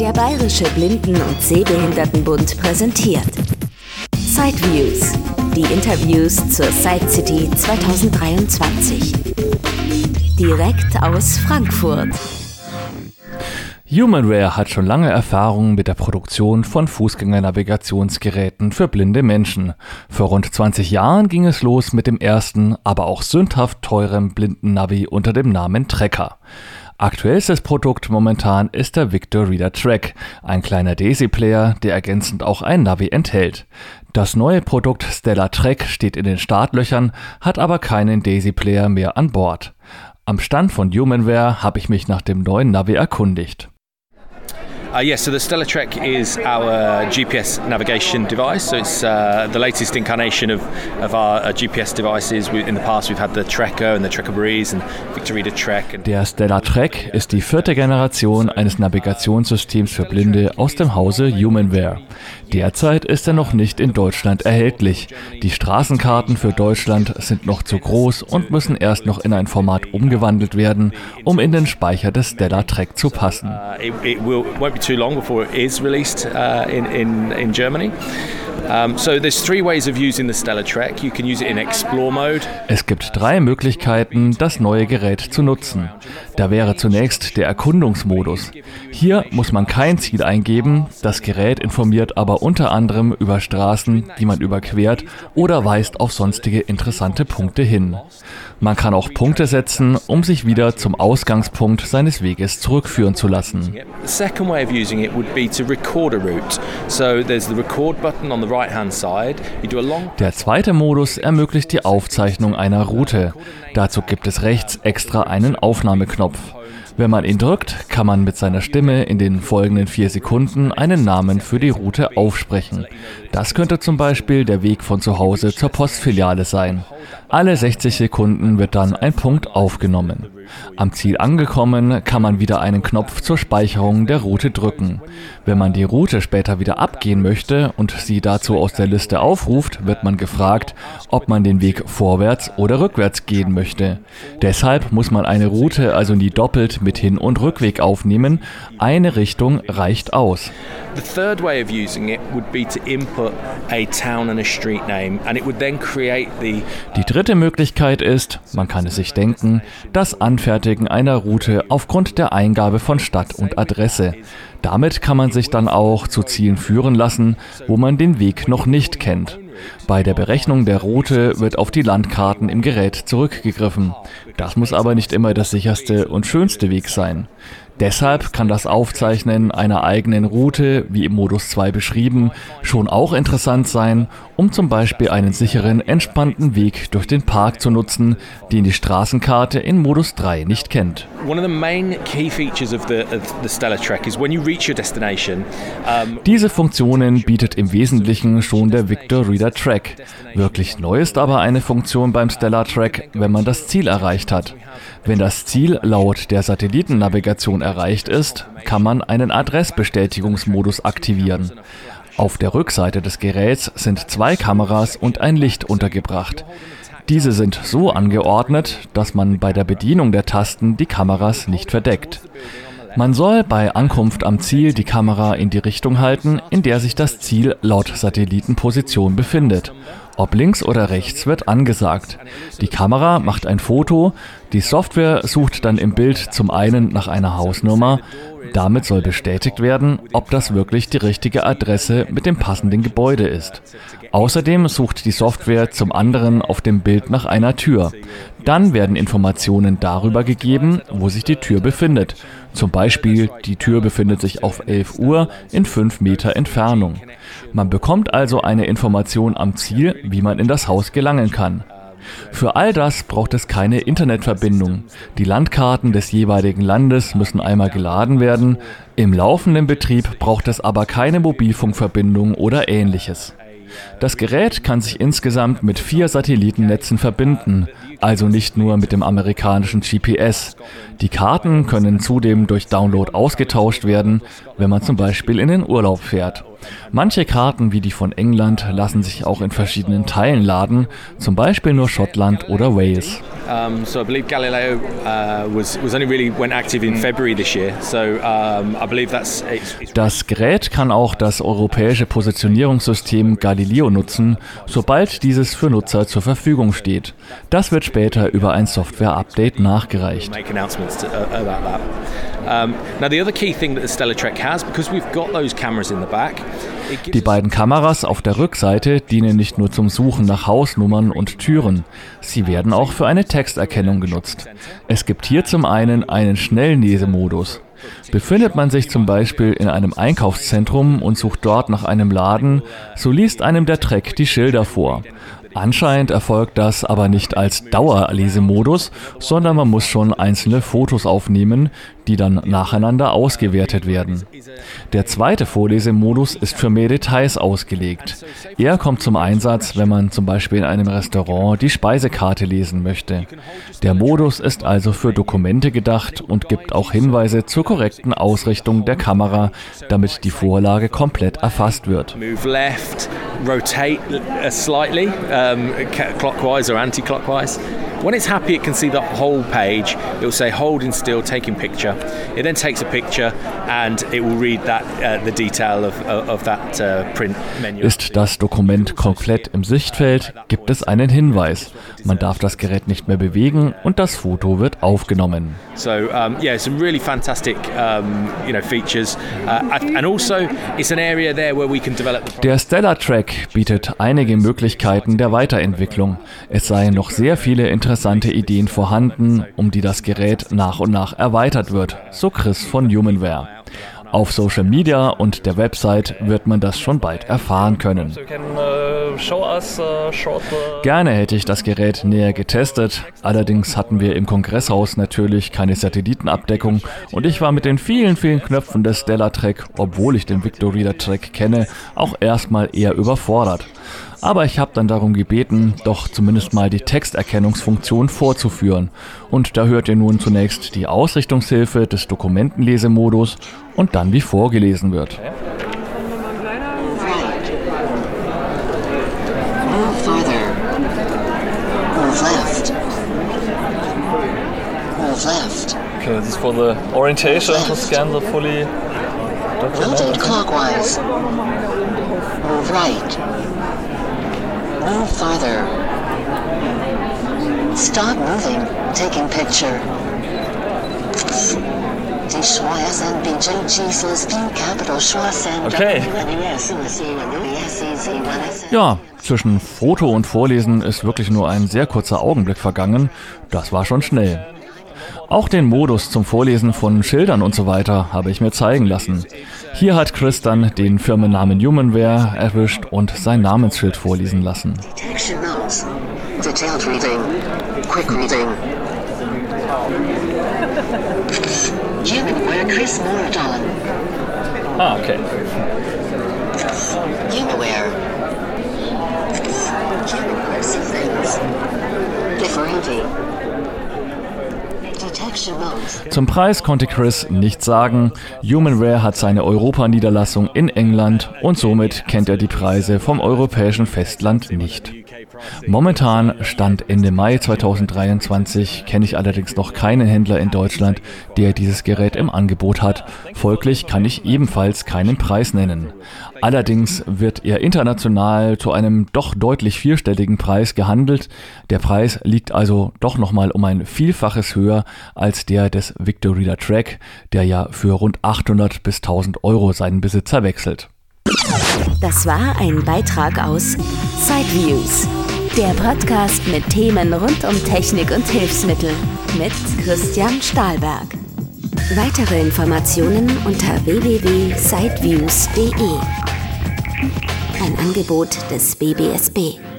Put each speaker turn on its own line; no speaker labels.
Der Bayerische Blinden- und Sehbehindertenbund präsentiert Sideviews, die Interviews zur Side City 2023. Direkt aus Frankfurt.
Humanware hat schon lange Erfahrung mit der Produktion von Fußgängernavigationsgeräten für blinde Menschen. Vor rund 20 Jahren ging es los mit dem ersten, aber auch sündhaft teuren Blindennavi unter dem Namen Trekker. Aktuellstes Produkt momentan ist der Victor Reader Track, ein kleiner Daisy-Player, der ergänzend auch ein Navi enthält. Das neue Produkt Stellar Track steht in den Startlöchern, hat aber keinen Daisy-Player mehr an Bord. Am Stand von Humanware habe ich mich nach dem neuen Navi erkundigt.
So the Stellar Track is our GPS navigation device. So it's the latest incarnation of our GPS devices. In the past we've had the Trekker and the Trekker Breeze and Victor Reader Track.
Der Stellar Track ist die 4. Generation eines Navigationssystems für Blinde aus dem Hause Humanware. Derzeit ist er noch nicht in Deutschland erhältlich. Die Straßenkarten für Deutschland sind noch zu groß und müssen erst noch in ein Format umgewandelt werden, um in den Speicher des Stellar Track zu passen.
Too long before it is released in Germany. So there's 3 ways of using the Stellar Track. You can use it in Explore Mode.
Es gibt 3 Möglichkeiten, das neue Gerät zu nutzen. Da wäre zunächst der Erkundungsmodus. Hier muss man kein Ziel eingeben, das Gerät informiert aber unter anderem über Straßen, die man überquert, oder weist auf sonstige interessante Punkte hin. Man kann auch Punkte setzen, um sich wieder zum Ausgangspunkt seines Weges zurückführen zu lassen.
The second way of using it would be to record a route. So there's the record button on the right-hand side. You do a long...
Der zweite Modus ermöglicht die Aufzeichnung einer Route. Dazu gibt es rechts extra einen Aufnahmeknopf. Wenn man ihn drückt, kann man mit seiner Stimme in den folgenden 4 Sekunden einen Namen für die Route aufsprechen. Das könnte zum Beispiel der Weg von zu Hause zur Postfiliale sein. Alle 60 Sekunden wird dann ein Punkt aufgenommen. Am Ziel angekommen, kann man wieder einen Knopf zur Speicherung der Route drücken. Wenn man die Route später wieder abgehen möchte und sie dazu aus der Liste aufruft, wird man gefragt, ob man den Weg vorwärts oder rückwärts gehen möchte. Deshalb muss man eine Route also nie doppelt mit Hin- und Rückweg aufnehmen. Eine Richtung reicht aus.
The third way of using it would be to input a town and a street name and it would then create the...
Die dritte Möglichkeit ist, man kann es sich denken, das Anfertigen einer Route aufgrund der Eingabe von Stadt und Adresse. Damit kann man sich dann auch zu Zielen führen lassen, wo man den Weg noch nicht kennt. Bei der Berechnung der Route wird auf die Landkarten im Gerät zurückgegriffen. Das muss aber nicht immer der sicherste und schönste Weg sein. Deshalb kann das Aufzeichnen einer eigenen Route, wie im Modus 2 beschrieben, schon auch interessant sein, um zum Beispiel einen sicheren, entspannten Weg durch den Park zu nutzen, den die Straßenkarte in Modus 3 nicht kennt. Diese Funktionen bietet im Wesentlichen schon der Victor Reader Track. Wirklich neu ist aber eine Funktion beim Stellar Track, wenn man das Ziel erreicht hat. Wenn das Ziel laut der Satellitennavigation erreicht ist, kann man einen Adressbestätigungsmodus aktivieren. Auf der Rückseite des Geräts sind 2 Kameras und ein Licht untergebracht. Diese sind so angeordnet, dass man bei der Bedienung der Tasten die Kameras nicht verdeckt. Man soll bei Ankunft am Ziel die Kamera in die Richtung halten, in der sich das Ziel laut Satellitenposition befindet. Ob links oder rechts wird angesagt. Die Kamera macht ein Foto, die Software sucht dann im Bild zum einen nach einer Hausnummer. Damit soll bestätigt werden, ob das wirklich die richtige Adresse mit dem passenden Gebäude ist. Außerdem sucht die Software zum anderen auf dem Bild nach einer Tür. Dann werden Informationen darüber gegeben, wo sich die Tür befindet. Zum Beispiel, die Tür befindet sich auf 11 Uhr in 5 Meter Entfernung. Man bekommt also eine Information am Ziel, wie man in das Haus gelangen kann. Für all das braucht es keine Internetverbindung. Die Landkarten des jeweiligen Landes müssen einmal geladen werden. Im laufenden Betrieb braucht es aber keine Mobilfunkverbindung oder Ähnliches. Das Gerät kann sich insgesamt mit 4 Satellitennetzen verbinden, also nicht nur mit dem amerikanischen GPS. Die Karten können zudem durch Download ausgetauscht werden, wenn man zum Beispiel in den Urlaub fährt. Manche Karten wie die von England lassen sich auch in verschiedenen Teilen laden, zum Beispiel nur Schottland oder Wales.
So I believe Galileo was only really went active in February this year. So I believe that's.
Das Gerät kann auch das europäische Positionierungssystem Galileo nutzen, sobald dieses für Nutzer zur Verfügung steht. Das wird später über ein Software-Update nachgereicht.
Now the other key thing that the Stellar Trek has, because we've got those cameras in the back.
Die beiden Kameras auf der Rückseite dienen nicht nur zum Suchen nach Hausnummern und Türen. Sie werden auch für eine Texterkennung genutzt. Es gibt hier zum einen Schnelllesemodus. Befindet man sich zum Beispiel in einem Einkaufszentrum und sucht dort nach einem Laden, so liest einem der Trek die Schilder vor. Anscheinend erfolgt das aber nicht als Dauerlesemodus, sondern man muss schon einzelne Fotos aufnehmen, die dann nacheinander ausgewertet werden. Der zweite Vorlesemodus ist für mehr Details ausgelegt. Er kommt zum Einsatz, wenn man zum Beispiel in einem Restaurant die Speisekarte lesen möchte. Der Modus ist also für Dokumente gedacht und gibt auch Hinweise zur korrekten Ausrichtung der Kamera, damit die Vorlage komplett erfasst wird.
Move left, rotate slightly, clockwise or anti-clockwise. When it's happy, it can see the whole page. It will say holding still, taking picture. It then takes a picture and it will read that the detail of that print menu.
Ist das Dokument komplett im Sichtfeld, gibt es einen Hinweis. Man darf das Gerät nicht mehr bewegen und das Foto wird aufgenommen.
So yeah, some really fantastic features, and also it's an area there where we can develop.
Der Stellar Trek bietet einige Möglichkeiten der Weiterentwicklung. Es seien noch sehr viele interessante Ideen vorhanden, um die das Gerät nach und nach erweitert wird, so Chris von Humanware. Auf Social Media und der Website wird man das schon bald erfahren können. Gerne hätte ich das Gerät näher getestet, allerdings hatten wir im Kongresshaus natürlich keine Satellitenabdeckung und ich war mit den vielen Knöpfen des Stellar Trek, obwohl ich den Victor Reader Trek kenne, auch erstmal eher überfordert. Aber ich habe dann darum gebeten, doch zumindest mal die Texterkennungsfunktion vorzuführen. Und da hört ihr nun zunächst die Ausrichtungshilfe des Dokumentenlesemodus und dann wie vorgelesen wird.
Okay, this is for the orientation to scan the fully document.
Rotate clockwise. Move right. Move farther. Stop moving. Taking picture.
Okay.
Ja, zwischen Foto und Vorlesen ist wirklich nur ein sehr kurzer Augenblick vergangen. Das war schon schnell. Auch den Modus zum Vorlesen von Schildern und so weiter habe ich mir zeigen lassen. Hier hat Chris dann den Firmennamen Humanware erwischt und sein Namensschild vorlesen lassen.
Detailed reading. Quick reading. Humanware Chris Mordon.
Ah, okay.
Humanware. Humanware things. Differentiating.
Zum Preis konnte Chris nichts sagen. Humanware hat seine Europa-Niederlassung in England und somit kennt er die Preise vom europäischen Festland nicht. Momentan, Stand Ende Mai 2023, kenne ich allerdings noch keinen Händler in Deutschland, der dieses Gerät im Angebot hat. Folglich kann ich ebenfalls keinen Preis nennen. Allerdings wird er international zu einem doch deutlich vierstelligen Preis gehandelt. Der Preis liegt also doch nochmal um ein Vielfaches höher als der des Victor Reader Trek, der ja für rund 800 bis 1000 Euro seinen Besitzer wechselt.
Das war ein Beitrag aus Sideviews, der Podcast mit Themen rund um Technik und Hilfsmittel mit Christian Stahlberg. Weitere Informationen unter www.sideviews.de. Ein Angebot des BBSB.